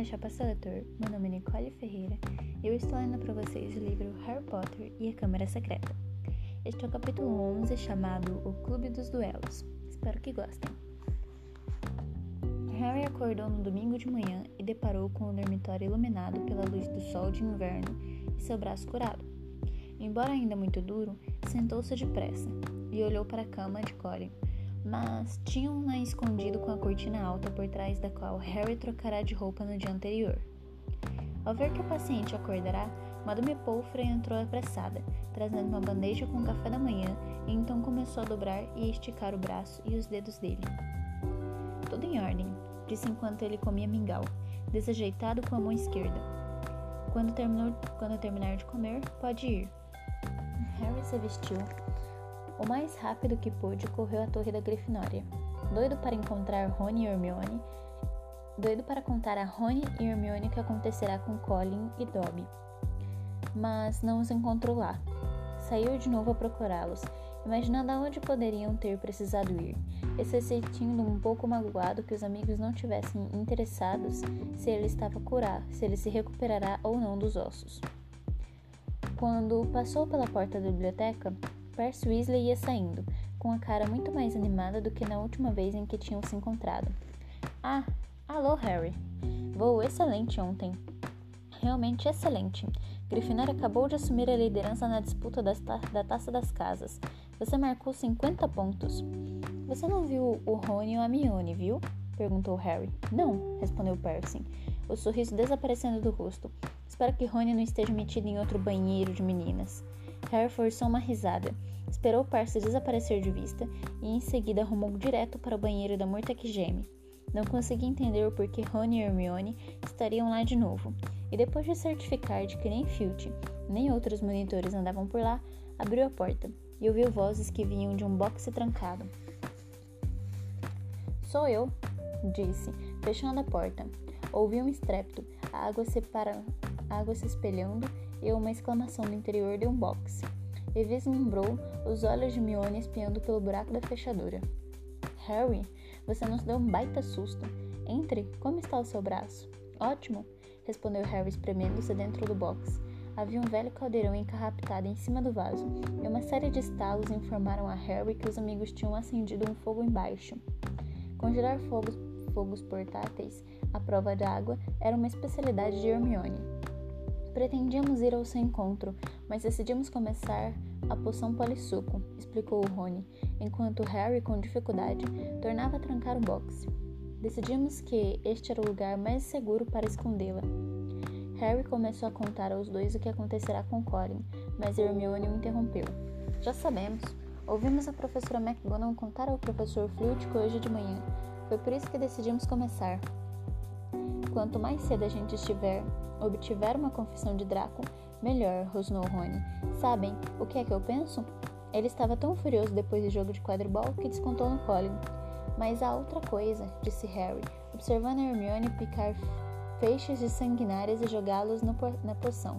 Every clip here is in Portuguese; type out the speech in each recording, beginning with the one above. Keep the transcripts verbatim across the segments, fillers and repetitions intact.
é Chapa Seletor, meu nome é Nicole Ferreira e eu estou lendo para vocês o livro Harry Potter e a Câmara Secreta. Este é o capítulo onze, chamado O Clube dos Duelos. Espero que gostem. Harry acordou no domingo de manhã e deparou com o dormitório iluminado pela luz do sol de inverno e seu braço curado. Embora ainda muito duro, sentou-se depressa e olhou para a cama de Colin, mas tinham-na escondido com a cortina alta por trás da qual Harry trocará de roupa no dia anterior. Ao ver que a paciente acordará, Madame Pomfrey entrou apressada, trazendo uma bandeja com café da manhã, e então começou a dobrar e esticar o braço e os dedos dele. Tudo em ordem, disse enquanto ele comia mingau, desajeitado com a mão esquerda. Quando, terminou, quando terminar de comer, pode ir. Harry se vestiu. O mais rápido que pôde, correu à torre da Grifinória, doido para encontrar Rony e Hermione, doido para contar a Rony e Hermione o que acontecerá com Colin e Dobby. Mas não os encontrou lá. Saiu de novo a procurá-los, imaginando aonde poderiam ter precisado ir, e se sentindo um pouco magoado que os amigos não tivessem interessados se ele estava curado, se ele se recuperará ou não dos ossos. Quando passou pela porta da biblioteca, Percy Weasley ia saindo, com a cara muito mais animada do que na última vez em que tinham se encontrado. Ah, alô, Harry. Voo excelente ontem. Realmente excelente. Grifinória acabou de assumir a liderança na disputa das ta- da Taça das Casas. Você marcou cinquenta pontos. Você não viu o Rony ou a Hermione, viu? Perguntou Harry. Não, respondeu Percy, o sorriso desaparecendo do rosto. Espero que Rony não esteja metido em outro banheiro de meninas. Harry forçou uma risada, esperou Percy desaparecer de vista e em seguida arrumou direto para o banheiro da Morta que Geme. Não conseguia entender o porquê Rony e Hermione estariam lá de novo, e depois de certificar de que nem Filch, nem outros monitores andavam por lá, abriu a porta e ouviu vozes que vinham de um boxe trancado. Sou eu, disse, fechando a porta. Ouviu um estrépito, a água, separa... a água se espelhando e uma exclamação no interior de um boxe, e vislumbrou os olhos de Hermione espiando pelo buraco da fechadura. Harry, você nos deu um baita susto. Entre, como está o seu braço? Ótimo, respondeu Harry espremendo-se dentro do boxe. Havia um velho caldeirão encarrapitado em cima do vaso, e uma série de estalos informaram a Harry que os amigos tinham acendido um fogo embaixo. Congelar fogos, fogos portáteis à prova d'água era uma especialidade de Hermione. Pretendíamos ir ao seu encontro, mas decidimos começar a poção polissuco, explicou o Rony, enquanto Harry, com dificuldade, tornava a trancar o boxe. Decidimos que este era o lugar mais seguro para escondê-la. Harry começou a contar aos dois o que acontecerá com Colin, mas Hermione o interrompeu. Já sabemos. Ouvimos a professora McGonagall contar ao professor Flitwick hoje de manhã. Foi por isso que decidimos começar. Quanto mais cedo a gente estiver, obtiver uma confissão de Draco, melhor, rosnou Rony. Sabem o que é que eu penso? Ele estava tão furioso depois do jogo de quadribol que descontou no Colin. Mas há outra coisa, disse Harry, observando a Hermione picar feixes de sanguinárias e jogá-los no po- na poção.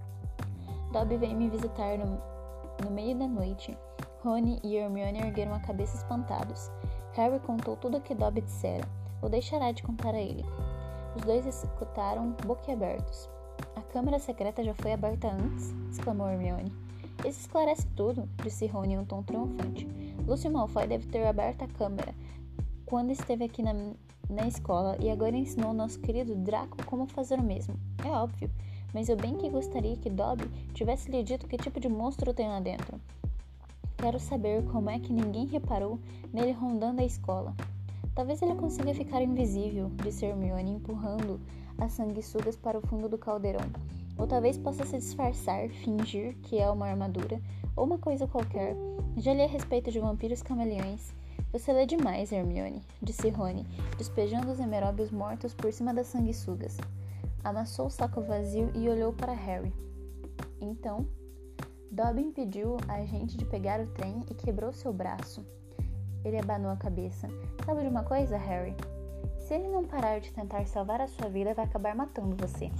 Dobby veio me visitar no, no meio da noite. Rony e Hermione ergueram a cabeça espantados. Harry contou tudo o que Dobby dissera, ou deixará de contar a ele. Os dois escutaram boquiabertos. A câmara secreta já foi aberta antes? Exclamou Hermione. Isso esclarece tudo, disse Rony em um tom triunfante. Lúcio Malfoy deve ter aberto a câmara quando esteve aqui na, na escola e agora ensinou nosso querido Draco como fazer o mesmo. É óbvio, mas eu bem que gostaria que Dobby tivesse lhe dito que tipo de monstro tem lá dentro. Quero saber como é que ninguém reparou nele rondando a escola. Talvez ele consiga ficar invisível, disse Hermione, empurrando as sanguessugas para o fundo do caldeirão. Ou talvez possa se disfarçar, fingir que é uma armadura, ou uma coisa qualquer. Já li a respeito de vampiros camaleões. Você lê demais, Hermione, disse Rony, despejando os emeróbios mortos por cima das sanguessugas. Amassou o saco vazio e olhou para Harry. Então, Dobby impediu a gente de pegar o trem e quebrou seu braço. Ele abanou a cabeça. Sabe de uma coisa, Harry? Se ele não parar de tentar salvar a sua vida, vai acabar matando você.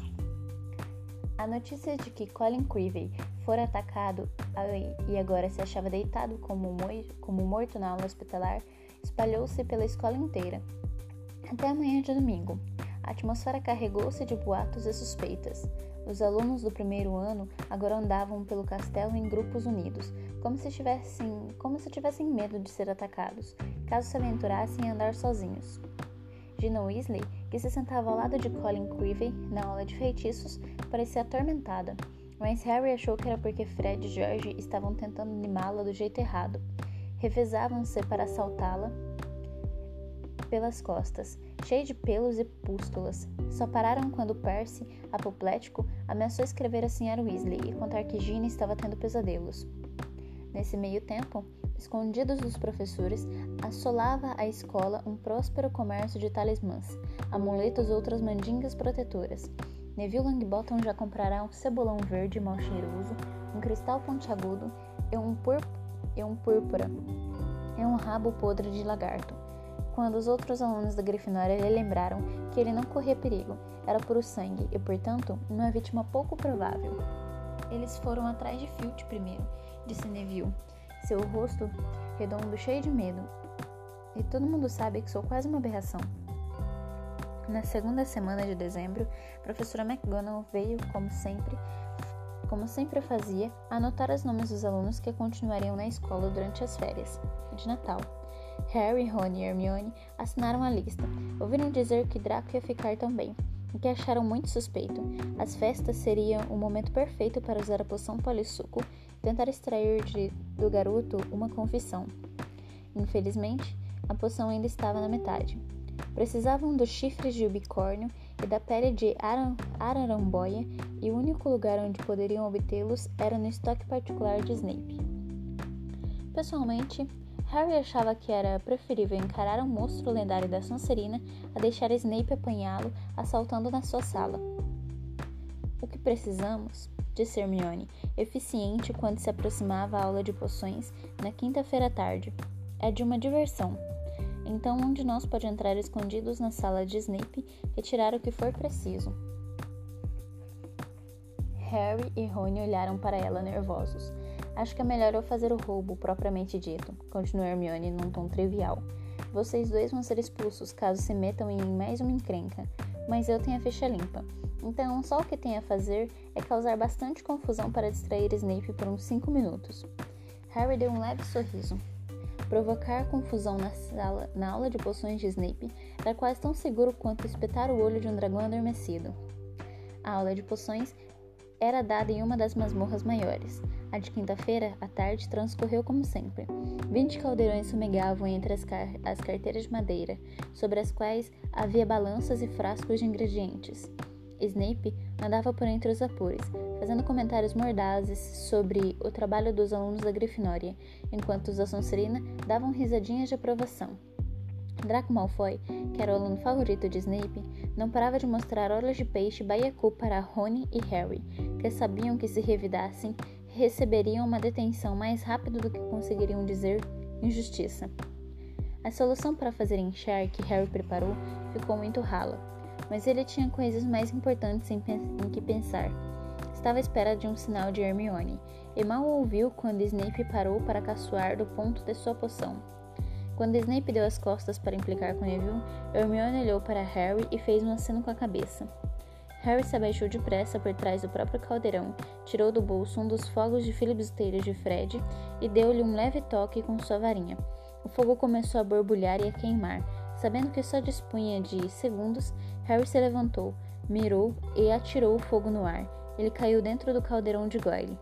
A notícia de que Colin Creevey fora atacado e agora se achava deitado como, como morto na aula hospitalar espalhou-se pela escola inteira. Até amanhã de domingo. A atmosfera carregou-se de boatos e suspeitas. Os alunos do primeiro ano agora andavam pelo castelo em grupos unidos, como se tivessem, como se tivessem medo de ser atacados, caso se aventurassem a andar sozinhos. Gina Weasley, que se sentava ao lado de Colin Creevey na aula de feitiços, parecia atormentada, mas Harry achou que era porque Fred e George estavam tentando animá-la do jeito errado. Revezavam-se para assaltá-la pelas costas, cheio de pelos e pústulas. Só pararam quando Percy, apoplético, ameaçou escrever a senhora Weasley e contar que Gina estava tendo pesadelos. Nesse meio tempo, escondidos dos professores, assolava a escola um próspero comércio de talismãs, amuletos ou outras mandingas protetoras. Neville Longbottom já comprará um cebolão verde mal cheiroso, um cristal pontiagudo e um, pur- e um púrpura e um rabo podre de lagarto. Quando os outros alunos da Grifinória lhe lembraram que ele não corria perigo, era puro sangue e, portanto, uma vítima pouco provável. Eles foram atrás de Filch primeiro, disse Neville, seu rosto redondo cheio de medo. E todo mundo sabe que sou quase uma aberração. Na segunda semana de dezembro, a professora McGonagall veio, como sempre, como sempre fazia, anotar os nomes dos alunos que continuariam na escola durante as férias de Natal. Harry, Ron e Hermione assinaram a lista. Ouviram dizer que Draco ia ficar também, o que acharam muito suspeito. As festas seriam o momento perfeito para usar a poção polissuco e tentar extrair de, do garoto uma confissão. Infelizmente, a poção ainda estava na metade. Precisavam dos chifres de ubicórnio e da pele de aram, araramboia, e o único lugar onde poderiam obtê-los era no estoque particular de Snape. Pessoalmente, Harry achava que era preferível encarar um monstro lendário da Sonserina a deixar Snape apanhá-lo assaltando na sua sala. O que precisamos, disse Hermione, eficiente quando se aproximava a aula de poções na quinta-feira à tarde, é de uma diversão. Então um de nós pode entrar escondidos na sala de Snape e tirar o que for preciso. Harry e Rony olharam para ela nervosos. Acho que é melhor eu fazer o roubo, propriamente dito, continuou Hermione num tom trivial. Vocês dois vão ser expulsos caso se metam em mais uma encrenca, mas eu tenho a ficha limpa. Então, só o que tenho a fazer é causar bastante confusão para distrair Snape por uns cinco minutos. Harry deu um leve sorriso. Provocar confusão na, sala, na aula de poções de Snape era quase tão seguro quanto espetar o olho de um dragão adormecido. A aula de poções era dada em uma das masmorras maiores. A de quinta-feira, à tarde, transcorreu como sempre. Vinte caldeirões fumegavam entre as, car- as carteiras de madeira, sobre as quais havia balanças e frascos de ingredientes. Snape andava por entre os vapores, fazendo comentários mordazes sobre o trabalho dos alunos da Grifinória, enquanto os da Sonserina davam risadinhas de aprovação. Draco Malfoy, que era o aluno favorito de Snape, não parava de mostrar olhos de peixe baiacu para Rony e Harry, que sabiam que se revidassem, receberiam uma detenção mais rápido do que conseguiriam dizer injustiça. A solução para fazer inchar que Harry preparou ficou muito rala, mas ele tinha coisas mais importantes em, em que pensar. Estava à espera de um sinal de Hermione, e mal ouviu quando Snape parou para caçoar do ponto de sua poção. Quando Snape deu as costas para implicar com Neville, Hermione olhou para Harry e fez um aceno com a cabeça. Harry se abaixou depressa por trás do próprio caldeirão, tirou do bolso um dos fogos de filibusteiros de Fred e deu-lhe um leve toque com sua varinha. O fogo começou a borbulhar e a queimar. Sabendo que só dispunha de segundos, Harry se levantou, mirou e atirou o fogo no ar. Ele caiu dentro do caldeirão de Goyle.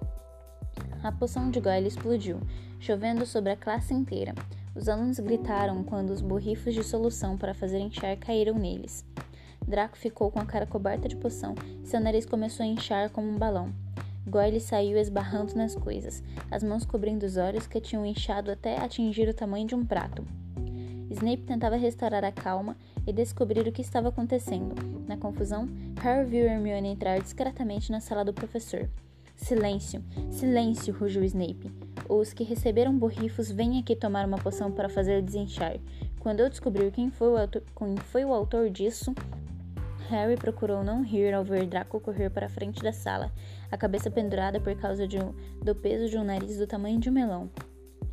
A poção de Goyle explodiu, chovendo sobre a classe inteira. Os alunos gritaram quando os borrifos de solução para fazer inchar caíram neles. Draco ficou com a cara coberta de poção e seu nariz começou a inchar como um balão. Goyle saiu esbarrando nas coisas, as mãos cobrindo os olhos que tinham inchado até atingir o tamanho de um prato. Snape tentava restaurar a calma e descobrir o que estava acontecendo. Na confusão, Harry viu Hermione entrar discretamente na sala do professor. Silêncio! Silêncio! Rugiu Snape. Os que receberam borrifos vêm aqui tomar uma poção para fazer desinchar. Quando eu descobrir quem foi o autor, quem foi o autor disso... Harry procurou não rir ao ver Draco correr para a frente da sala, a cabeça pendurada por causa de um, do peso de um nariz do tamanho de um melão.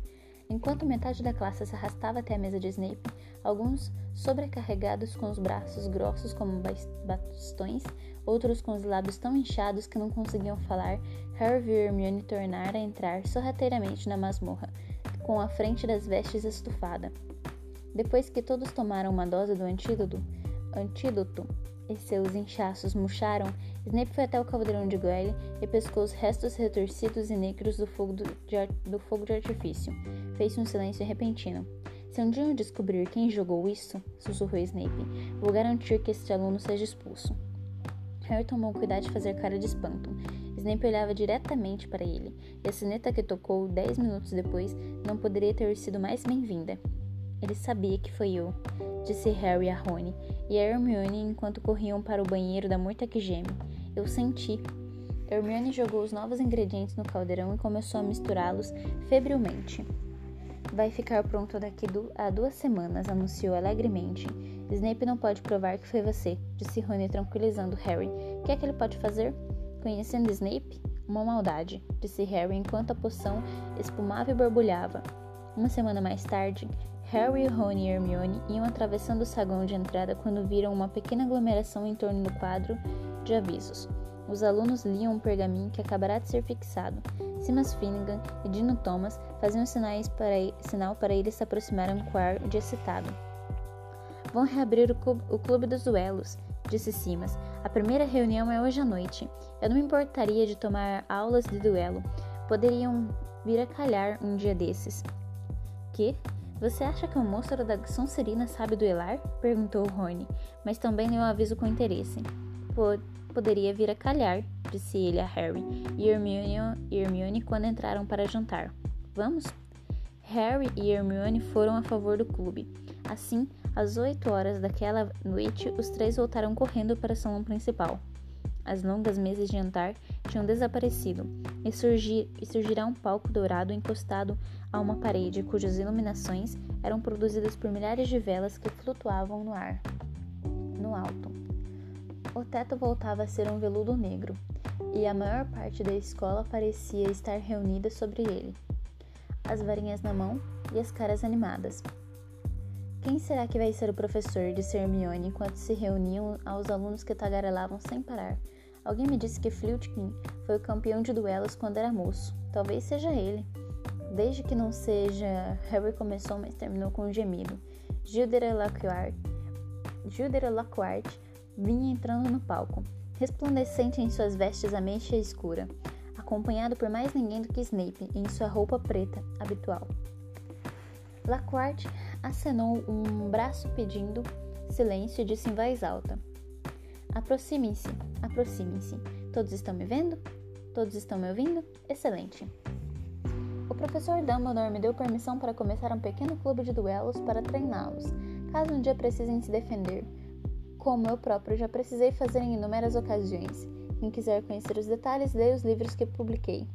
Enquanto metade da classe se arrastava até a mesa de Snape, alguns sobrecarregados com os braços grossos como bastões, outros com os lábios tão inchados que não conseguiam falar, Harry viu Hermione tornar a entrar sorrateiramente na masmorra, com a frente das vestes estufada. Depois que todos tomaram uma dose do antídoto, antídoto e seus inchaços murcharam, Snape foi até o caldeirão de Goyle e pescou os restos retorcidos e negros do fogo, do, de, do fogo de artifício. Fez-se um silêncio repentino. Se um dia eu descobrir quem jogou isso, sussurrou Snape, vou garantir que este aluno seja expulso. Harry tomou cuidado de fazer cara de espanto. Snape olhava diretamente para ele, e a sineta que tocou dez minutos depois não poderia ter sido mais bem-vinda. Ele sabia que foi eu, disse Harry a Rony e a Hermione enquanto corriam para o banheiro da morta que geme. Eu senti. Hermione jogou os novos ingredientes no caldeirão e começou a misturá-los febrilmente. Vai ficar pronto daqui a duas semanas, anunciou alegremente. Snape não pode provar que foi você, disse Rony tranquilizando Harry. O que é que ele pode fazer? Conhecendo Snape? Uma maldade, disse Harry enquanto a poção espumava e borbulhava. Uma semana mais tarde, Harry, Rony e Hermione iam atravessando o saguão de entrada quando viram uma pequena aglomeração em torno do quadro de avisos. Os alunos liam um pergaminho que acabará de ser fixado. Seamus Finnegan e Dino Thomas faziam sinais para, sinal para eles se aproximarem com ar de excitado. Vão reabrir o clube, o clube dos duelos, disse Seamus. A primeira reunião é hoje à noite. Eu não me importaria de tomar aulas de duelo. Poderiam vir a calhar um dia desses. Que? Você acha que o monstro da Sonserina sabe duelar? Perguntou Rony, mas também leu o aviso com interesse. Pod- poderia vir a calhar, disse ele a Harry e Hermione, Hermione quando entraram para jantar. Vamos? Harry e Hermione foram a favor do clube. Assim, às oito horas daquela noite, os três voltaram correndo para o salão principal. As longas mesas de jantar tinham desaparecido e, surgir, e surgirá um palco dourado encostado a uma parede cujas iluminações eram produzidas por milhares de velas que flutuavam no ar, no alto. O teto voltava a ser um veludo negro e a maior parte da escola parecia estar reunida sobre ele, as varinhas na mão e as caras animadas. Quem será que vai ser o professor? Disse Hermione enquanto se reuniam aos alunos que tagarelavam sem parar. Alguém me disse que Flitwick foi o campeão de duelos quando era moço. Talvez seja ele. Desde que não seja... Harry começou, mas terminou com um gemido. Gilderoy Lockhart, Gilderoy Lockhart vinha entrando no palco, resplandecente em suas vestes ameixa escura, acompanhado por mais ninguém do que Snape em sua roupa preta habitual. Lockhart acenou um braço pedindo silêncio e disse em voz alta: Aproximem-se, aproximem-se. Todos estão me vendo? Todos estão me ouvindo? Excelente. O professor Dumbledore me deu permissão para começar um pequeno clube de duelos para treiná-los, caso um dia precisem se defender, como eu próprio já precisei fazer em inúmeras ocasiões. Quem quiser conhecer os detalhes, leia os livros que publiquei.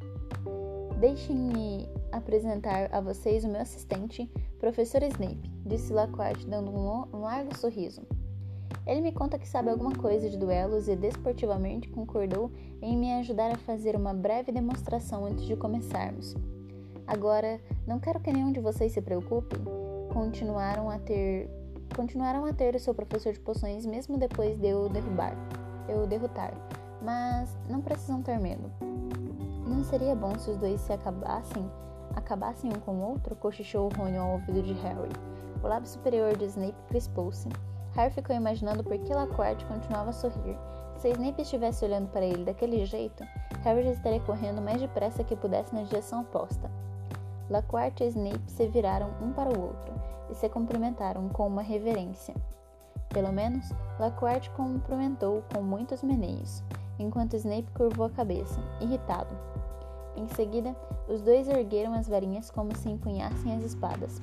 Deixem-me apresentar a vocês o meu assistente, professor Snape, disse Lockhart, dando um, um largo sorriso. Ele me conta que sabe alguma coisa de duelos e desportivamente concordou em me ajudar a fazer uma breve demonstração antes de começarmos. Agora, não quero que nenhum de vocês se preocupem. Continuaram a ter, continuaram a ter o seu professor de poções mesmo depois de eu derrubar, eu derrotar, mas não precisam ter medo. Não seria bom se os dois se acabassem, acabassem um com o outro? Cochichou Rony ao ouvido de Harry. O lábio superior de Snape crispou-se. Harry ficou imaginando por que Lockhart continuava a sorrir. Se Snape estivesse olhando para ele daquele jeito, Harry já estaria correndo mais depressa que pudesse na direção oposta. Lockhart e Snape se viraram um para o outro e se cumprimentaram com uma reverência. Pelo menos, Lockhart cumprimentou com muitos meneios, enquanto Snape curvou a cabeça, irritado. Em seguida, os dois ergueram as varinhas como se empunhassem as espadas.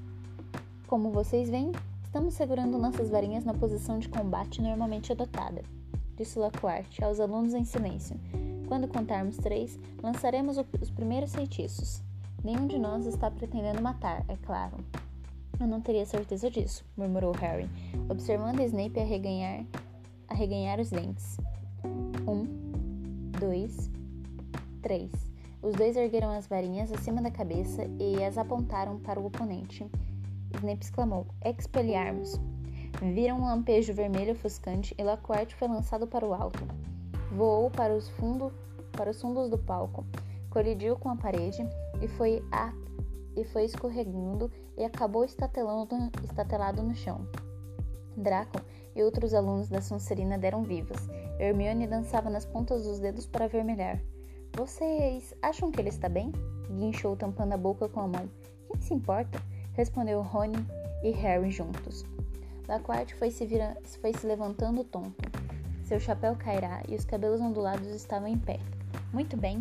Como vocês veem, estamos segurando nossas varinhas na posição de combate normalmente adotada, disse Lockhart aos alunos em silêncio. Quando contarmos três, lançaremos os primeiros feitiços. Nenhum de nós está pretendendo matar, é claro. Eu não teria certeza disso, murmurou Harry, observando Snape arreganhar, arreganhar os dentes. Um, dois, três. Os dois ergueram as varinhas acima da cabeça e as apontaram para o oponente. Snape exclamou: Expelliarmus! Viram um lampejo vermelho ofuscante e Lockhart foi lançado para o alto. Voou para os, fundo, para os fundos do palco, colidiu com a parede e foi, a, e foi escorregando e acabou estatelando, estatelado no chão. Draco e outros alunos da Sonserina deram vivas. Hermione dançava nas pontas dos dedos para avermelhar. Vocês acham que ele está bem? Guinchou, tampando a boca com a mão. Quem se importa? Respondeu Rony e Harry juntos. Lockhart foi se, vira... foi se levantando tonto. Seu chapéu cairá e os cabelos ondulados estavam em pé. Muito bem,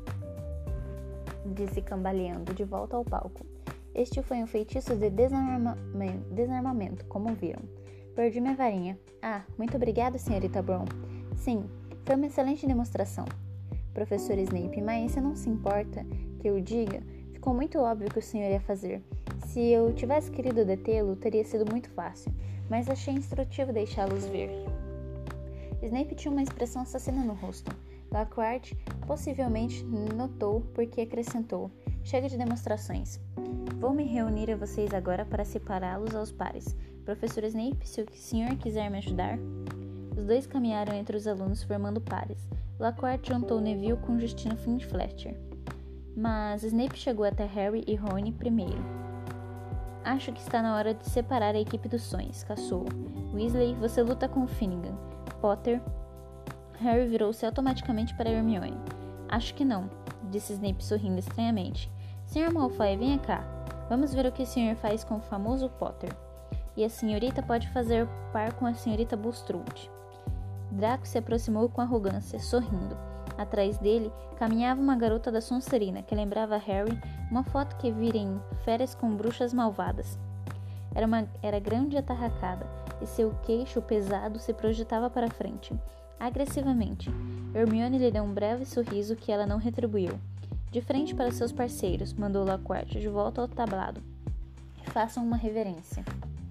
disse cambaleando de volta ao palco. Este foi um feitiço de desarmamento, desarmamento, como viram. Perdi minha varinha. Ah, muito obrigada, senhorita Brown. Sim, foi uma excelente demonstração. Professor Snape, mas você não se importa que eu diga? Ficou muito óbvio que o senhor ia fazer. Se eu tivesse querido detê-lo, teria sido muito fácil, mas achei instrutivo deixá-los ver. Snape tinha uma expressão assassina no rosto. Lockhart possivelmente notou porque acrescentou: Chega de demonstrações. Vou me reunir a vocês agora para separá-los aos pares. Professor Snape, se o senhor quiser me ajudar. Os dois caminharam entre os alunos formando pares. Lockhart juntou Neville com Justino Fletcher. Mas Snape chegou até Harry e Rony primeiro. Acho que está na hora de separar a equipe dos sonhos, caçou. Weasley, você luta com Finnegan. Potter. Harry virou-se automaticamente para Hermione. Acho que não, disse Snape sorrindo estranhamente. senhor Malfoy, venha cá. Vamos ver o que o senhor faz com o famoso Potter. E a senhorita pode fazer par com a senhorita Bulstrode. Draco se aproximou com arrogância, sorrindo. Atrás dele, caminhava uma garota da Sonserina, que lembrava a Harry uma foto que vira em Férias com Bruxas Malvadas. Era, uma, era grande e atarracada, e seu queixo pesado se projetava para frente, agressivamente. Hermione lhe deu um breve sorriso que ela não retribuiu. De frente para seus parceiros, mandou Lockhart de volta ao tablado. Façam uma reverência.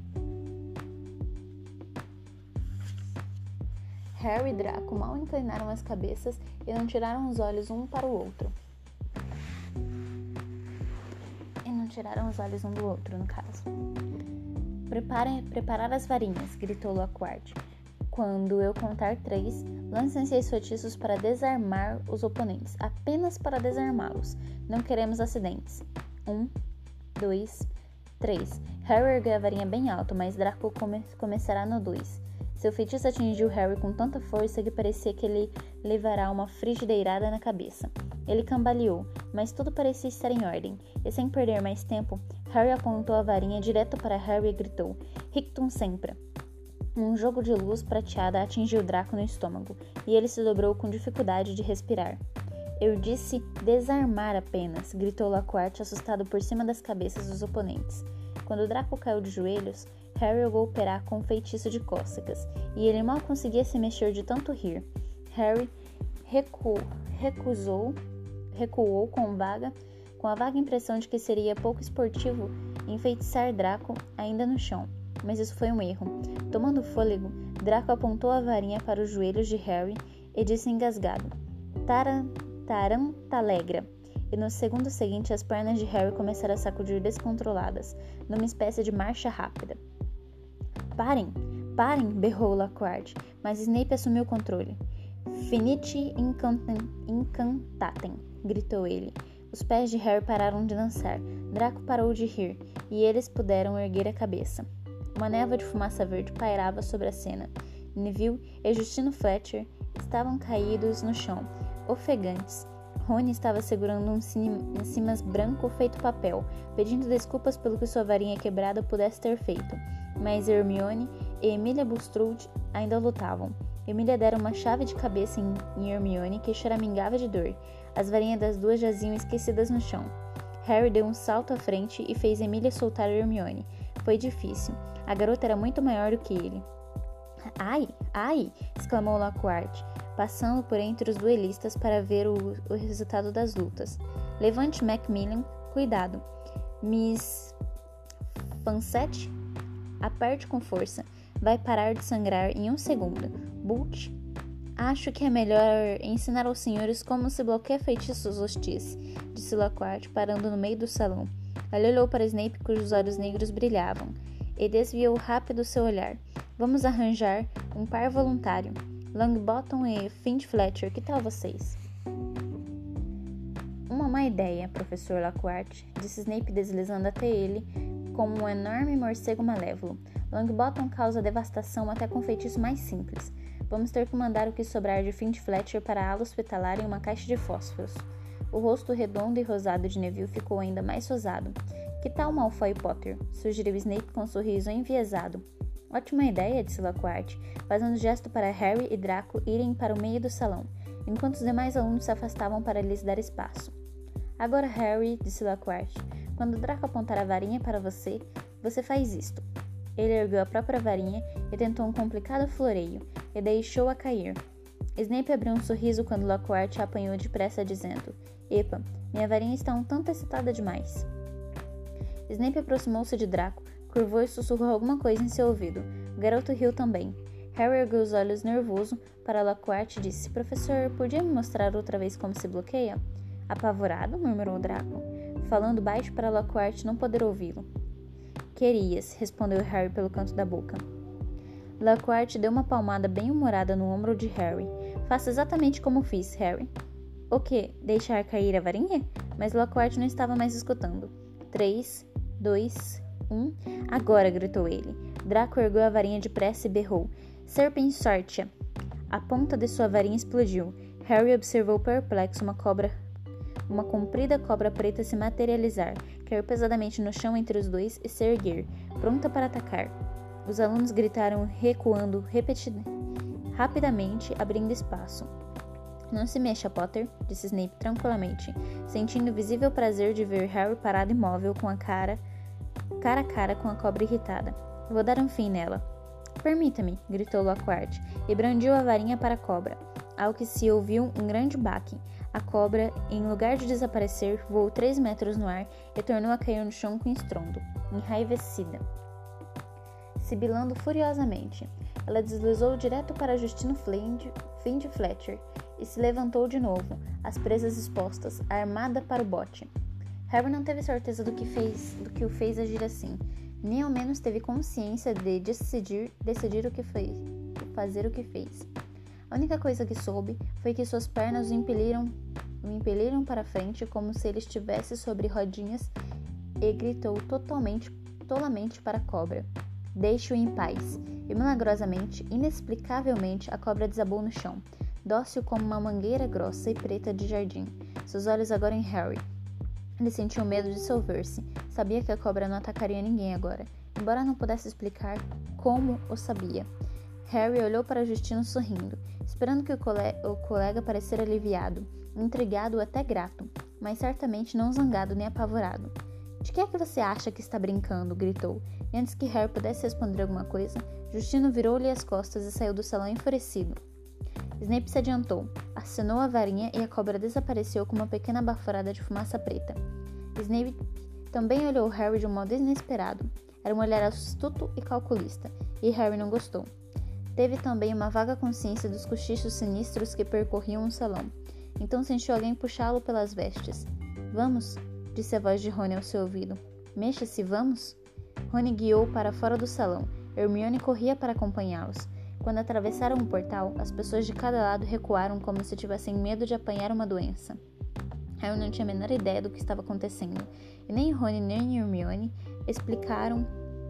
Harry e Draco mal inclinaram as cabeças e não tiraram os olhos um para o outro. E não tiraram os olhos um do outro, no caso. Preparem, preparar as varinhas, gritou Lockhart. Quando eu contar três, lancem seus feitiços para desarmar os oponentes, apenas para desarmá-los. Não queremos acidentes. Um, dois, três. Harry ergueu a varinha bem alto, mas Draco come- começará no dois. Seu feitiço atingiu Harry com tanta força que parecia que ele levará uma frigideirada na cabeça. Ele cambaleou, mas tudo parecia estar em ordem, e sem perder mais tempo, Harry apontou a varinha direto para Harry e gritou: Rictum Sempra! Um jogo de luz prateada atingiu Draco no estômago, e ele se dobrou com dificuldade de respirar. Eu disse desarmar apenas, gritou Lockhart, assustado por cima das cabeças dos oponentes. Quando Draco caiu de joelhos, Harry o golpeará com um feitiço de cócegas, e ele mal conseguia se mexer de tanto rir. Harry recu recusou, recuou com, vaga, com a vaga impressão de que seria pouco esportivo enfeitiçar Draco ainda no chão, mas isso foi um erro. Tomando fôlego, Draco apontou a varinha para os joelhos de Harry e disse engasgado: Tarantalegra. E no segundo seguinte as pernas de Harry começaram a sacudir descontroladas, numa espécie de marcha rápida. Parem! Parem! Berrou Lockhart, mas Snape assumiu o controle. Finite incantatem! Gritou ele. Os pés de Harry pararam de dançar, Draco parou de rir, e eles puderam erguer a cabeça. Uma névoa de fumaça verde pairava sobre a cena. Neville e Justino Fletcher estavam caídos no chão, ofegantes. Rony estava segurando um cimas branco feito papel, pedindo desculpas pelo que sua varinha quebrada pudesse ter feito. Mas Hermione e Emilia Bulstrode ainda lutavam. Emilia dera uma chave de cabeça em, em Hermione, que choramingava de dor. As varinhas das duas jaziam esquecidas no chão. Harry deu um salto à frente e fez Emilia soltar Hermione. Foi difícil. A garota era muito maior do que ele. Ai, ai! Exclamou Lockhart, passando por entre os duelistas para ver o, o resultado das lutas. Levante, Macmillan. Cuidado. Miss Fansett, aperte com força. Vai parar de sangrar em um segundo. Bolt Acho que é melhor ensinar aos senhores como se bloqueia feitiços hostis, disse Lockhart, parando no meio do salão. Ele olhou para Snape, cujos olhos negros brilhavam, e desviou rápido seu olhar. Vamos arranjar um par voluntário. Longbottom e Finch Fletcher, que tal vocês? Uma má ideia, professor Lockhart, disse Snape deslizando até ele como um enorme morcego malévolo. Longbottom causa devastação até com feitiço mais simples. Vamos ter que mandar o que sobrar de Finch Fletcher para a ala hospitalar em uma caixa de fósforos. O rosto redondo e rosado de Neville ficou ainda mais rosado. Que tal Malfoy e Potter? Sugeriu Snape com um sorriso enviesado. Ótima ideia, disse Lockhart, fazendo gesto para Harry e Draco irem para o meio do salão, enquanto os demais alunos se afastavam para lhes dar espaço. Agora, Harry, disse Lockhart, quando Draco apontar a varinha para você, você faz isto. Ele ergueu a própria varinha e tentou um complicado floreio, e deixou-a cair. Snape abriu um sorriso quando Lockhart a apanhou depressa, dizendo: Epa, minha varinha está um tanto excitada demais. Snape aproximou-se de Draco, curvou e sussurrou alguma coisa em seu ouvido. O garoto riu também. Harry ergueu os olhos nervoso para Lockhart e disse: Professor, podia me mostrar outra vez como se bloqueia? Apavorado, murmurou Draco, falando baixo para Lockhart não poder ouvi-lo. Querias, respondeu Harry pelo canto da boca. Lockhart deu uma palmada bem-humorada no ombro de Harry. Faça exatamente como fiz, Harry. O quê? Deixar cair a varinha? Mas Lockhart não estava mais escutando. Três, dois, um... Agora, gritou ele. Draco ergueu a varinha depressa e berrou. Serpensortia! A ponta de sua varinha explodiu. Harry observou perplexo uma cobra... Uma comprida cobra preta se materializar, cair pesadamente no chão entre os dois e se erguer, pronta para atacar. Os alunos gritaram, recuando repetid... rapidamente, abrindo espaço. Não se mexa, Potter, disse Snape tranquilamente, sentindo visível prazer de ver Harry parado imóvel com a cara, cara a cara com a cobra irritada. Vou dar um fim nela. Permita-me, gritou Lockhart, e brandiu a varinha para a cobra, ao que se ouviu um grande baque. A cobra, em lugar de desaparecer, voou três metros no ar e tornou a cair no chão com estrondo, enraivecida, sibilando furiosamente. Ela deslizou direto para Justino Finch Fletcher e se levantou de novo, as presas expostas, armada para o bote. Harry não teve certeza do que, fez, do que o fez agir assim, nem ao menos teve consciência de decidir, decidir o que fez, fazer o que fez. A única coisa que soube foi que suas pernas o impeliram, o impeliram para frente como se ele estivesse sobre rodinhas e gritou totalmente, tolamente para a cobra. Deixe-o em paz. E milagrosamente, inexplicavelmente, a cobra desabou no chão, dócil como uma mangueira grossa e preta de jardim, seus olhos agora em Harry. Ele sentiu medo de dissolver-se. Sabia que a cobra não atacaria ninguém agora, embora não pudesse explicar como o sabia. Harry olhou para Justino sorrindo, esperando que o, cole- o colega parecesse aliviado, intrigado ou até grato, mas certamente não zangado nem apavorado. De que é que você acha que está brincando? Gritou, e antes que Harry pudesse responder alguma coisa, Justino virou-lhe as costas e saiu do salão enfurecido. Snape se adiantou, acenou a varinha e a cobra desapareceu com uma pequena baforada de fumaça preta. Snape também olhou Harry de um modo inesperado. Era um olhar astuto e calculista, e Harry não gostou. Teve também uma vaga consciência dos cochichos sinistros que percorriam o salão. Então sentiu alguém puxá-lo pelas vestes. Vamos, disse a voz de Rony ao seu ouvido. Mexa-se, vamos? Rony guiou para fora do salão. Hermione corria para acompanhá-los. Quando atravessaram o portal, as pessoas de cada lado recuaram como se tivessem medo de apanhar uma doença. Harry não tinha a menor ideia do que estava acontecendo, e nem Rony nem Hermione explicaram,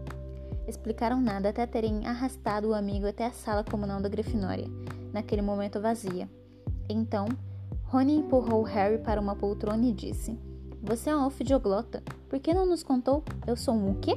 explicaram nada até terem arrastado o amigo até a sala comunal da Grifinória, naquele momento vazia. Então, Rony empurrou Harry para uma poltrona e disse: Você é um ofidioglota. Por que não nos contou? Eu sou um o quê?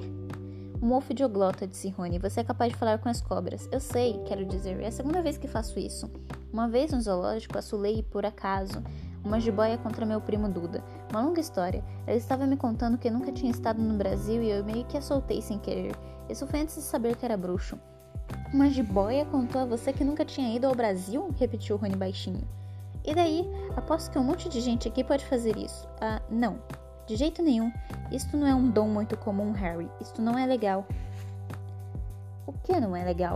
Um ofidioglota, disse Rony. Você é capaz de falar com as cobras. Eu sei, quero dizer, é a segunda vez que faço isso. Uma vez no zoológico, assolei, por acaso, uma jiboia contra meu primo Duda. Uma longa história. Ele estava me contando que nunca tinha estado no Brasil e eu meio que a soltei sem querer. Isso foi antes de saber que era bruxo. Uma jiboia contou a você que nunca tinha ido ao Brasil? Repetiu Rony baixinho. E daí? Aposto que um monte de gente aqui pode fazer isso. Ah, não. De jeito nenhum. Isto não é um dom muito comum, Harry. Isto não é legal. O que não é legal?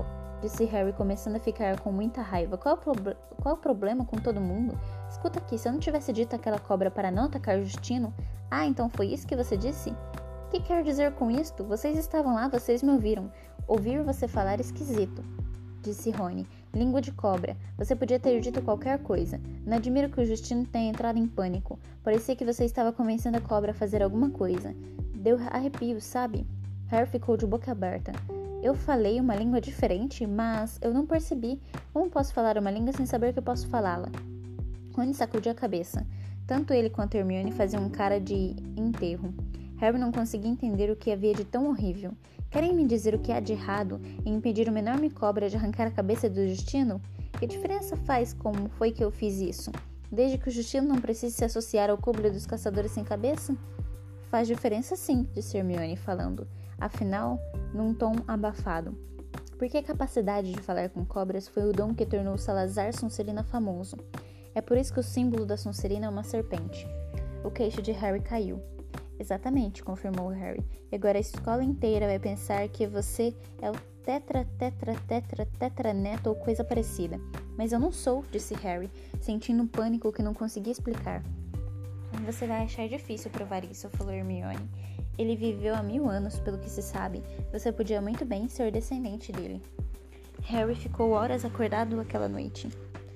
disse Harry, começando a ficar com muita raiva. Qual é o, prob- qual é o problema com todo mundo? Escuta aqui, se eu não tivesse dito àquela cobra para não atacar Justino... Ah, então foi isso que você disse? O que quer dizer com isto? Vocês estavam lá, vocês me ouviram. Ouvir você falar é esquisito, disse Rony. Língua de cobra. Você podia ter dito qualquer coisa. Não admiro que o Justino tenha entrado em pânico. Parecia que você estava convencendo a cobra a fazer alguma coisa. Deu arrepios, sabe? Harry ficou de boca aberta. Eu falei uma língua diferente, mas eu não percebi. Como posso falar uma língua sem saber que eu posso falá-la? Rony sacudiu a cabeça. Tanto ele quanto Hermione faziam um cara de enterro. Harry não conseguia entender o que havia de tão horrível. Querem me dizer o que há de errado em impedir uma enorme cobra de arrancar a cabeça do Justino? Que diferença faz como foi que eu fiz isso? Desde que o Justino não precise se associar ao clube dos caçadores sem cabeça? Faz diferença sim, disse Hermione falando, afinal, num tom abafado. Porque a capacidade de falar com cobras foi o dom que tornou Salazar Sonserina famoso. É por isso que o símbolo da Sonserina é uma serpente. O queixo de Harry caiu. Exatamente, confirmou Harry. E agora a escola inteira vai pensar que você é o tetra, tetra, tetra, tetraneto ou coisa parecida. Mas eu não sou, disse Harry, sentindo um pânico que não conseguia explicar. Você vai achar difícil provar isso, falou Hermione. Ele viveu há mil anos, pelo que se sabe. Você podia muito bem ser descendente dele. Harry ficou horas acordado aquela noite.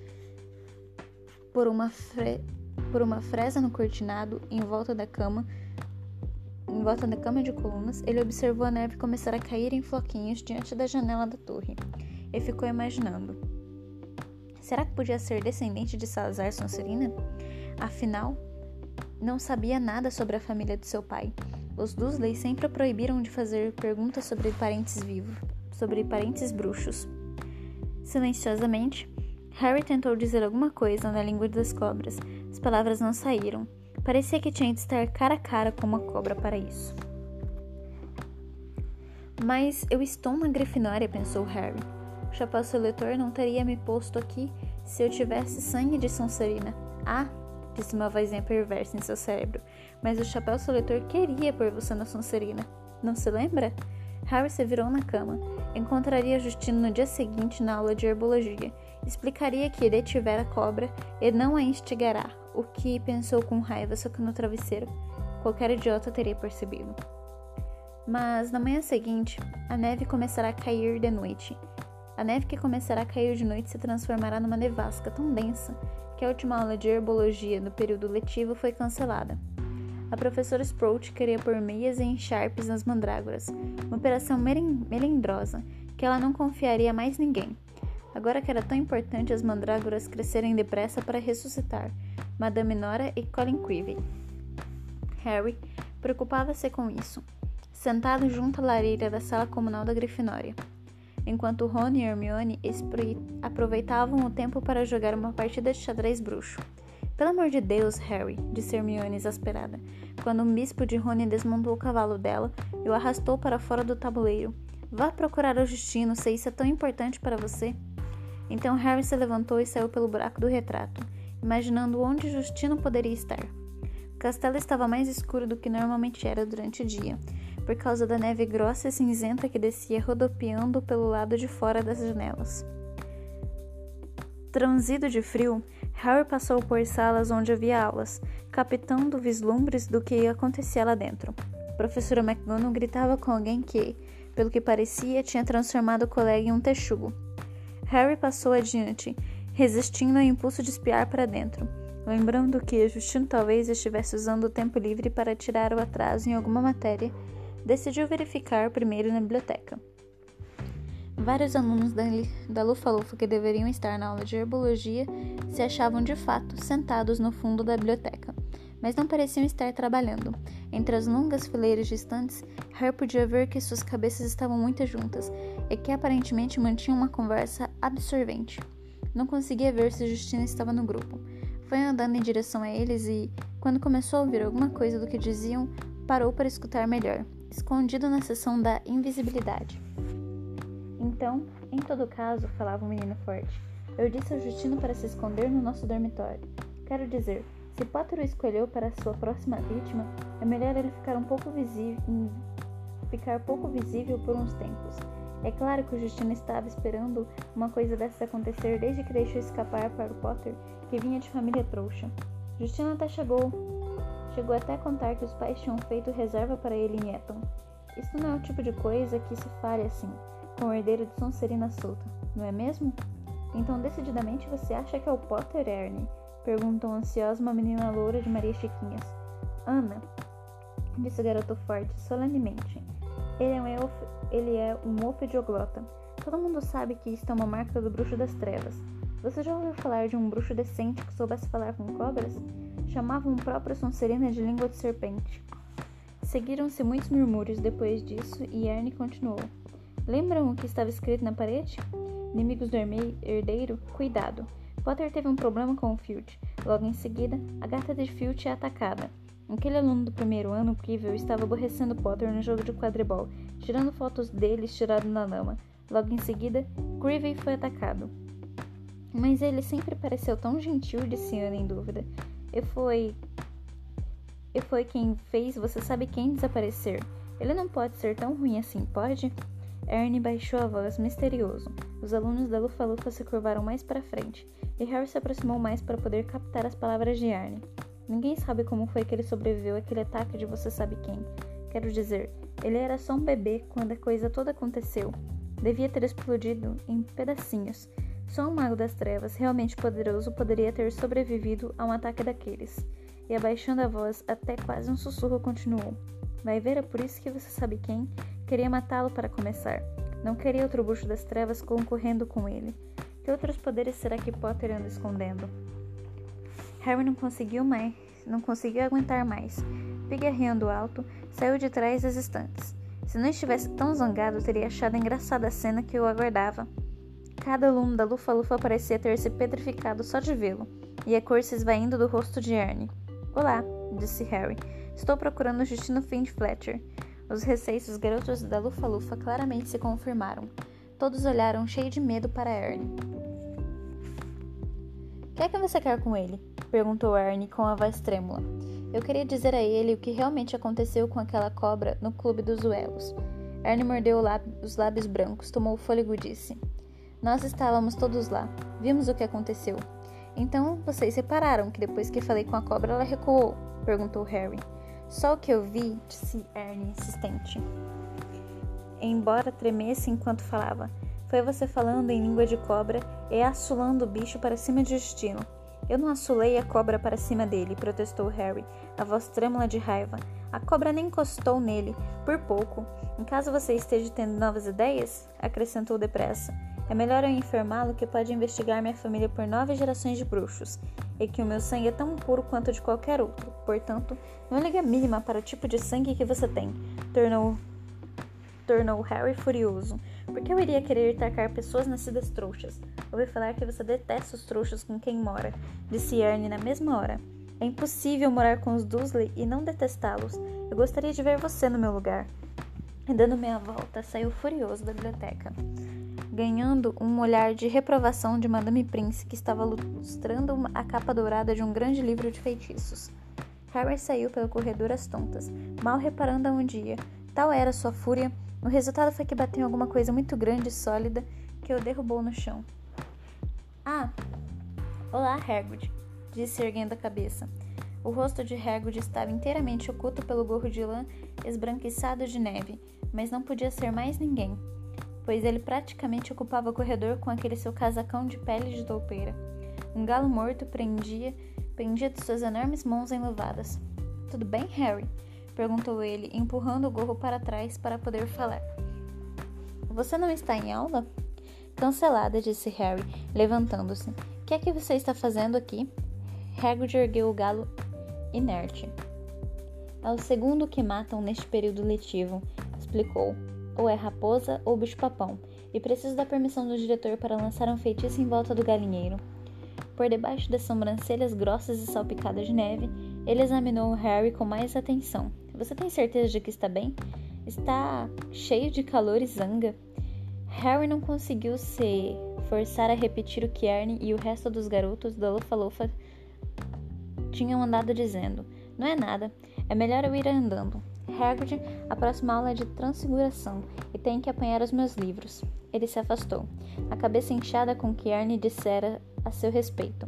Por uma, fre... Por uma fresa no cortinado, em volta da cama, em volta da cama de colunas, ele observou a neve começar a cair em floquinhos diante da janela da torre. E ficou imaginando. Será que podia ser descendente de Salazar Sonserina? Afinal, não sabia nada sobre a família de seu pai. Os Dursley sempre o proibiram de fazer perguntas sobre parentes vivos, sobre parentes bruxos. Silenciosamente, Harry tentou dizer alguma coisa na língua das cobras. As palavras não saíram. Parecia que tinha de estar cara a cara com uma cobra para isso. Mas eu estou na Grifinória, pensou Harry. O chapéu seletor não teria me posto aqui se eu tivesse sangue de Sonserina. Ah, disse uma vozinha perversa em seu cérebro. Mas o chapéu seletor queria pôr você na Sonserina. Não se lembra? Harry se virou na cama. Encontraria Justino no dia seguinte na aula de herbologia. Explicaria que detivera a cobra e não a instigará, o que pensou com raiva socando no travesseiro. Qualquer idiota teria percebido. Mas na manhã seguinte, a neve começará a cair de noite. A neve que começará a cair de noite se transformará numa nevasca tão densa que a última aula de herbologia do período letivo foi cancelada. A professora Sprout queria pôr meias e encharpes nas mandrágoras, uma operação melindrosa que ela não confiaria a mais ninguém. Agora que era tão importante as mandrágoras crescerem depressa para ressuscitar Madame Nora e Colin Creevey. Harry preocupava-se com isso, sentado junto à lareira da sala comunal da Grifinória, enquanto Rony e Hermione aproveitavam o tempo para jogar uma partida de xadrez bruxo. Pelo amor de Deus, Harry, disse Hermione exasperada, quando um bispo de Rony desmontou o cavalo dela e o arrastou para fora do tabuleiro. Vá procurar o Justino, se isso é tão importante para você. Então Harry se levantou e saiu pelo buraco do retrato, imaginando onde Justino poderia estar. O castelo estava mais escuro do que normalmente era durante o dia, por causa da neve grossa e cinzenta que descia rodopiando pelo lado de fora das janelas. Transido de frio, Harry passou por salas onde havia aulas, captando vislumbres do que acontecia lá dentro. A professora McGonagall gritava com alguém que, pelo que parecia, tinha transformado o colega em um texugo. Harry passou adiante, resistindo ao impulso de espiar para dentro, lembrando que Justino talvez estivesse usando o tempo livre para tirar o atraso em alguma matéria. Decidiu verificar primeiro na biblioteca. Vários alunos da, da Lufa-Lufa que deveriam estar na aula de herbologia se achavam de fato sentados no fundo da biblioteca, mas não pareciam estar trabalhando. Entre as longas fileiras distantes, Harry podia ver que suas cabeças estavam muito juntas e que aparentemente mantinham uma conversa absorvente. Não conseguia ver se Justino estava no grupo. Foi andando em direção a eles e, quando começou a ouvir alguma coisa do que diziam, parou para escutar melhor, escondido na seção da invisibilidade. Então, em todo caso, falava o menino forte, eu disse ao Justino para se esconder no nosso dormitório. Quero dizer, se Potter o escolheu para sua próxima vítima, é melhor ele ficar um pouco visível, ficar pouco visível por uns tempos. É claro que o Justino estava esperando uma coisa dessa acontecer desde que deixou escapar para o Potter que vinha de família trouxa. Justino até chegou, chegou até a contar que os pais tinham feito reserva para ele em Eton. Isso não é o tipo de coisa que se fale assim, com o herdeiro de Sonserina solta, não é mesmo? Então decididamente você acha que é o Potter, Ernie? Perguntou ansiosa uma menina loura de Maria Chiquinhas. Ana, disse o garoto forte, solenemente. Ele é um elfo, ele é um ofidioglota. Todo mundo sabe que isto é uma marca do bruxo das trevas. Você já ouviu falar de um bruxo decente que soubesse falar com cobras? Chamavam o próprio Sonserina de língua de serpente. Seguiram-se muitos murmúrios depois disso e Ernie continuou. Lembram o que estava escrito na parede? Inimigos do herdeiro, cuidado. Potter teve um problema com o Filch. Logo em seguida, a gata de Filch é atacada. Aquele aluno do primeiro ano, Privel, estava aborrecendo Potter no jogo de quadribol, tirando fotos dele estirado na lama. Logo em seguida, Creevey foi atacado. Mas ele sempre pareceu tão gentil, disse Ana em dúvida. E foi... E foi quem fez você sabe quem desaparecer. Ele não pode ser tão ruim assim, pode? Ernie baixou a voz, misterioso. Os alunos da Lufa-Lufa se curvaram mais para frente, e Harry se aproximou mais para poder captar as palavras de Ernie. Ninguém sabe como foi que ele sobreviveu àquele ataque de você sabe quem. Quero dizer, ele era só um bebê quando a coisa toda aconteceu. Devia ter explodido em pedacinhos. Só um mago das trevas, realmente poderoso, poderia ter sobrevivido a um ataque daqueles. E abaixando a voz até quase um sussurro, continuou. Vai ver, é por isso que você sabe quem queria matá-lo para começar. Não queria outro bruxo das trevas concorrendo com ele. Que outros poderes será que Potter anda escondendo? Harry não conseguiu mais, não conseguiu aguentar mais. Pigarreando alto, saiu de trás das estantes. Se não estivesse tão zangado, teria achado engraçada a cena que o aguardava. Cada aluno da Lufa-Lufa parecia ter se petrificado só de vê-lo, e a cor se esvaindo do rosto de Ernie. Olá, disse Harry. Estou procurando o Justino Finch Fletcher. Os receios dos garotos da Lufa-Lufa claramente se confirmaram. Todos olharam cheios de medo para Ernie. O que é que você quer com ele? Perguntou Ernie com a voz trêmula. Eu queria dizer a ele o que realmente aconteceu com aquela cobra no Clube dos Duelos. Ernie mordeu os lábios brancos, tomou fôlego e disse. Nós estávamos todos lá. Vimos o que aconteceu. Então, vocês repararam que depois que falei com a cobra, ela recuou? Perguntou Harry. Só o que eu vi, disse Ernie insistente. Embora tremesse enquanto falava. Foi você falando em língua de cobra e assolando o bicho para cima de Justino. Eu não assolei a cobra para cima dele, protestou Harry, a voz trêmula de raiva. A cobra nem encostou nele, por pouco. Em caso você esteja tendo novas ideias, acrescentou depressa. É melhor eu enfermá-lo que pode investigar minha família por nove gerações de bruxos, e que o meu sangue é tão puro quanto de qualquer outro. Portanto, não liga mínima para o tipo de sangue que você tem, tornou, tornou Harry furioso. Por que eu iria querer tacar pessoas nascidas trouxas? Ouvi falar que você detesta os trouxas com quem mora, disse Ernie na mesma hora. É impossível morar com os Dursley e não detestá-los. Eu gostaria de ver você no meu lugar. E dando meia volta, saiu furioso da biblioteca, ganhando um olhar de reprovação de Madame Prince, que estava lustrando a capa dourada de um grande livro de feitiços. Harry saiu pelo corredor às tontas, mal reparando aonde ia. Tal era sua fúria. O resultado foi que bateu em alguma coisa muito grande e sólida que o derrubou no chão. Ah! Olá, Hagrid, disse erguendo a cabeça. O rosto de Hagrid estava inteiramente oculto pelo gorro de lã esbranquiçado de neve, mas não podia ser mais ninguém, pois ele praticamente ocupava o corredor com aquele seu casacão de pele de toupeira. Um galo morto prendia, pendia de suas enormes mãos enluvadas. — Tudo bem, Harry? Perguntou ele, empurrando o gorro para trás para poder falar. — Você não está em aula? — Cancelada, disse Harry, levantando-se. — O que é que você está fazendo aqui? Hagrid ergueu o galo inerte. — É o segundo que matam neste período letivo, explicou. Ou é raposa ou bicho-papão, e preciso da permissão do diretor para lançar um feitiço em volta do galinheiro. Por debaixo das sobrancelhas grossas e salpicadas de neve, ele examinou Harry com mais atenção. Você tem certeza de que está bem? Está cheio de calor e zanga. Harry não conseguiu se forçar a repetir o que Ernie e o resto dos garotos da Lufa-Lufa tinham andado dizendo. Não é nada, é melhor eu ir andando. Hagrid, a próxima aula é de transfiguração e tenho que apanhar os meus livros. Ele se afastou, a cabeça inchada com o que Ernie dissera a seu respeito.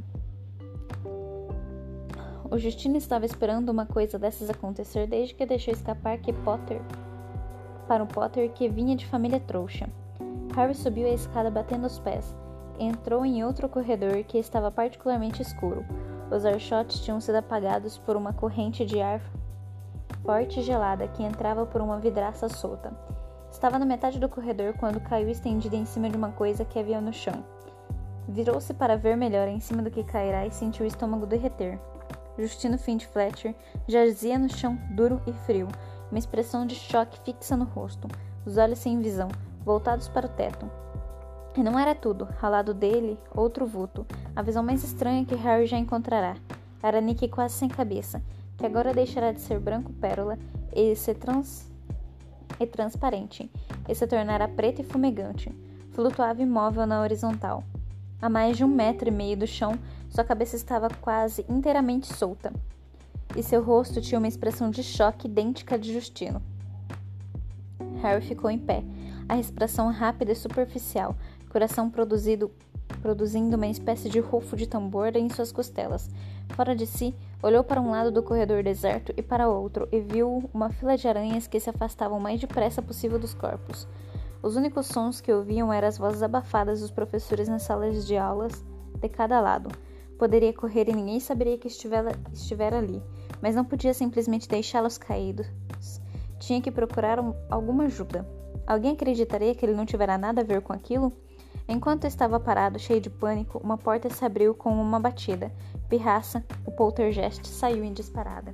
O Justino estava esperando uma coisa dessas acontecer desde que deixou escapar que Potter... para um Potter que vinha de família trouxa. Harry subiu a escada batendo os pés. Entrou em outro corredor que estava particularmente escuro. Os archotes tinham sido apagados por uma corrente de ar forte e gelada que entrava por uma vidraça solta. Estava na metade do corredor quando caiu estendida em cima de uma coisa que havia no chão. Virou-se para ver melhor em cima do que cairá e sentiu o estômago derreter. Justino Finch Fletcher jazia no chão duro e frio, uma expressão de choque fixa no rosto, os olhos sem visão, voltados para o teto. E não era tudo, ao lado dele, outro vulto, a visão mais estranha que Harry já encontrará. Era Nick quase sem cabeça, que agora deixará de ser branco pérola e ser trans... e transparente, e se tornará preto e fumegante. Flutuava imóvel na horizontal. A mais de um metro e meio do chão, sua cabeça estava quase inteiramente solta, e seu rosto tinha uma expressão de choque idêntica de Justino. Harry ficou em pé, a respiração rápida e superficial, coração produzido, produzindo uma espécie de rufo de tambor em suas costelas. Fora de si, olhou para um lado do corredor deserto e para outro, e viu uma fila de aranhas que se afastavam o mais depressa possível dos corpos. Os únicos sons que ouviam eram as vozes abafadas dos professores nas salas de aulas de cada lado. Poderia correr e ninguém saberia que estivera, estivera ali, mas não podia simplesmente deixá-los caídos. Tinha que procurar um, alguma ajuda. Alguém acreditaria que ele não tivera nada a ver com aquilo? Enquanto estava parado, cheio de pânico, uma porta se abriu com uma batida. Pirraça, o poltergeist saiu em disparada.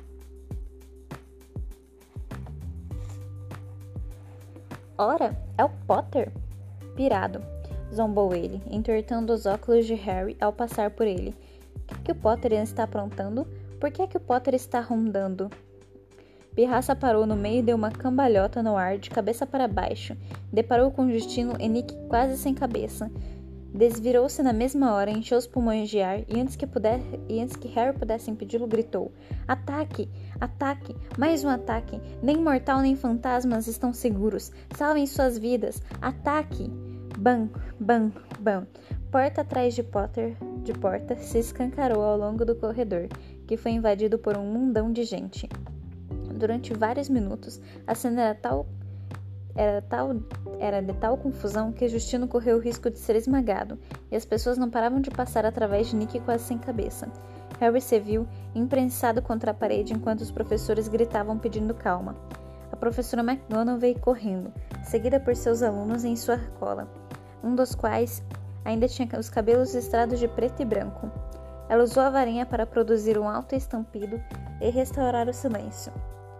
Ora, é o Potter! Pirado, zombou ele, entortando os óculos de Harry ao passar por ele. O que, é que o Potter está aprontando? Por que é que o Potter está rondando? Pirraça parou no meio e deu uma cambalhota no ar, de cabeça para baixo. Deparou com Justino e Nick quase sem cabeça. Desvirou-se na mesma hora, encheu os pulmões de ar e antes que, puder, e antes que Harry pudesse impedi-lo, gritou: Ataque! Ataque! Mais um ataque! Nem mortal nem fantasmas estão seguros. Salvem suas vidas! Ataque! Bam! Bam! Bam! Porta atrás de Potter, de porta, se escancarou ao longo do corredor, que foi invadido por um mundão de gente. Durante vários minutos, a cena era, tal, era, tal, era de tal confusão que Justino correu o risco de ser esmagado, e as pessoas não paravam de passar através de Nick quase sem cabeça. Harry se viu imprensado contra a parede enquanto os professores gritavam pedindo calma. A professora McGonagall veio correndo, seguida por seus alunos em sua cola, um dos quais ainda tinha os cabelos listrados de preto e branco. Ela usou a varinha para produzir um alto estampido e restaurar o silêncio.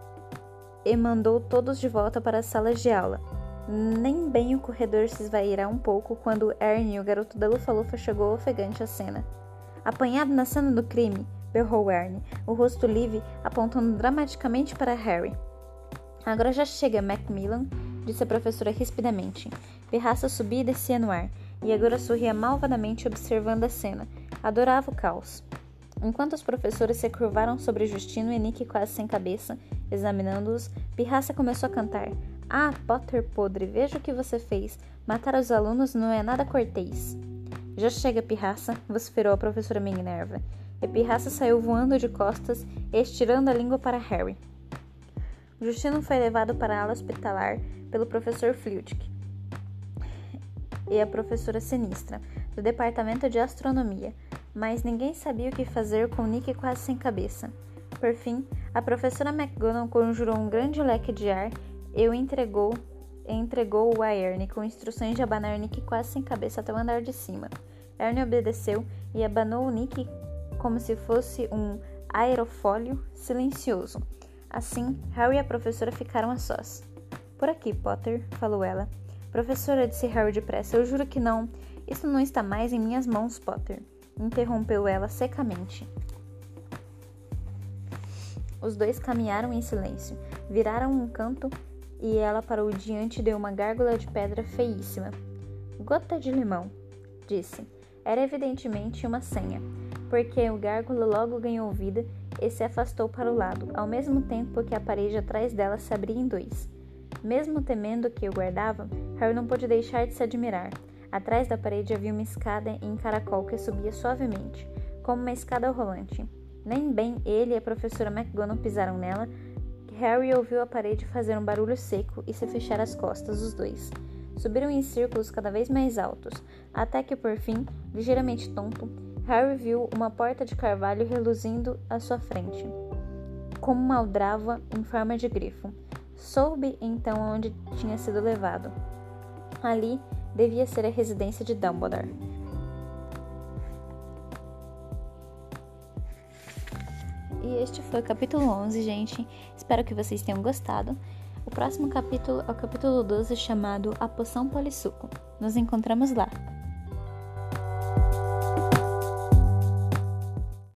E mandou todos de volta para as salas de aula. Nem bem o corredor se esvairá um pouco quando Ernie, o garoto da lufa-lufa, chegou ofegante à cena. Apanhado na cena do crime, berrou Ernie, o rosto livre apontando dramaticamente para Harry. Agora já chega, Macmillan, disse a professora rispidamente. Pirraça subia e descia no ar, e agora sorria malvadamente observando a cena. Adorava o caos. Enquanto os professores se curvaram sobre Justino e Nick quase sem cabeça, examinando-os, Pirraça começou a cantar. Ah, Potter podre, veja o que você fez. Matar os alunos não é nada cortês. Já chega, Pirraça, vociferou a professora Minerva. E Pirraça saiu voando de costas e estirando a língua para Harry. Justino foi levado para a ala hospitalar pelo professor Flitwick e a professora Sinistra, do departamento de astronomia, mas ninguém sabia o que fazer com Nick quase sem cabeça. Por fim, a professora McGonagall conjurou um grande leque de ar e o entregou, e entregou-o a Ernie, com instruções de abanar Nick quase sem cabeça até o andar de cima. Ernie obedeceu e abanou o Nick como se fosse um aerofólio silencioso. Assim, Harry e a professora ficaram a sós. Por aqui, Potter, falou ela. Professora, disse Harry depressa, eu juro que não. Isso não está mais em minhas mãos, Potter. Interrompeu ela secamente. Os dois caminharam em silêncio, viraram um canto e ela parou diante de uma gárgula de pedra feíssima. Gota de limão, disse. Era evidentemente uma senha, porque o gárgula logo ganhou vida e se afastou para o lado, ao mesmo tempo que a parede atrás dela se abria em dois. Mesmo temendo que o guardava, Harry não pôde deixar de se admirar. Atrás da parede havia uma escada em caracol que subia suavemente, como uma escada rolante. Nem bem ele e a professora McGonagall pisaram nela, Harry ouviu a parede fazer um barulho seco e se fechar as costas, os dois. Subiram em círculos cada vez mais altos, até que, por fim, ligeiramente tonto, Harry viu uma porta de carvalho reluzindo à sua frente, como uma aldrava em forma de grifo. Soube então aonde tinha sido levado. Ali devia ser a residência de Dumbledore. E este foi o capítulo onze, gente. Espero que vocês tenham gostado. O próximo capítulo é o capítulo doze, chamado A Poção Polissuco. Nos encontramos lá.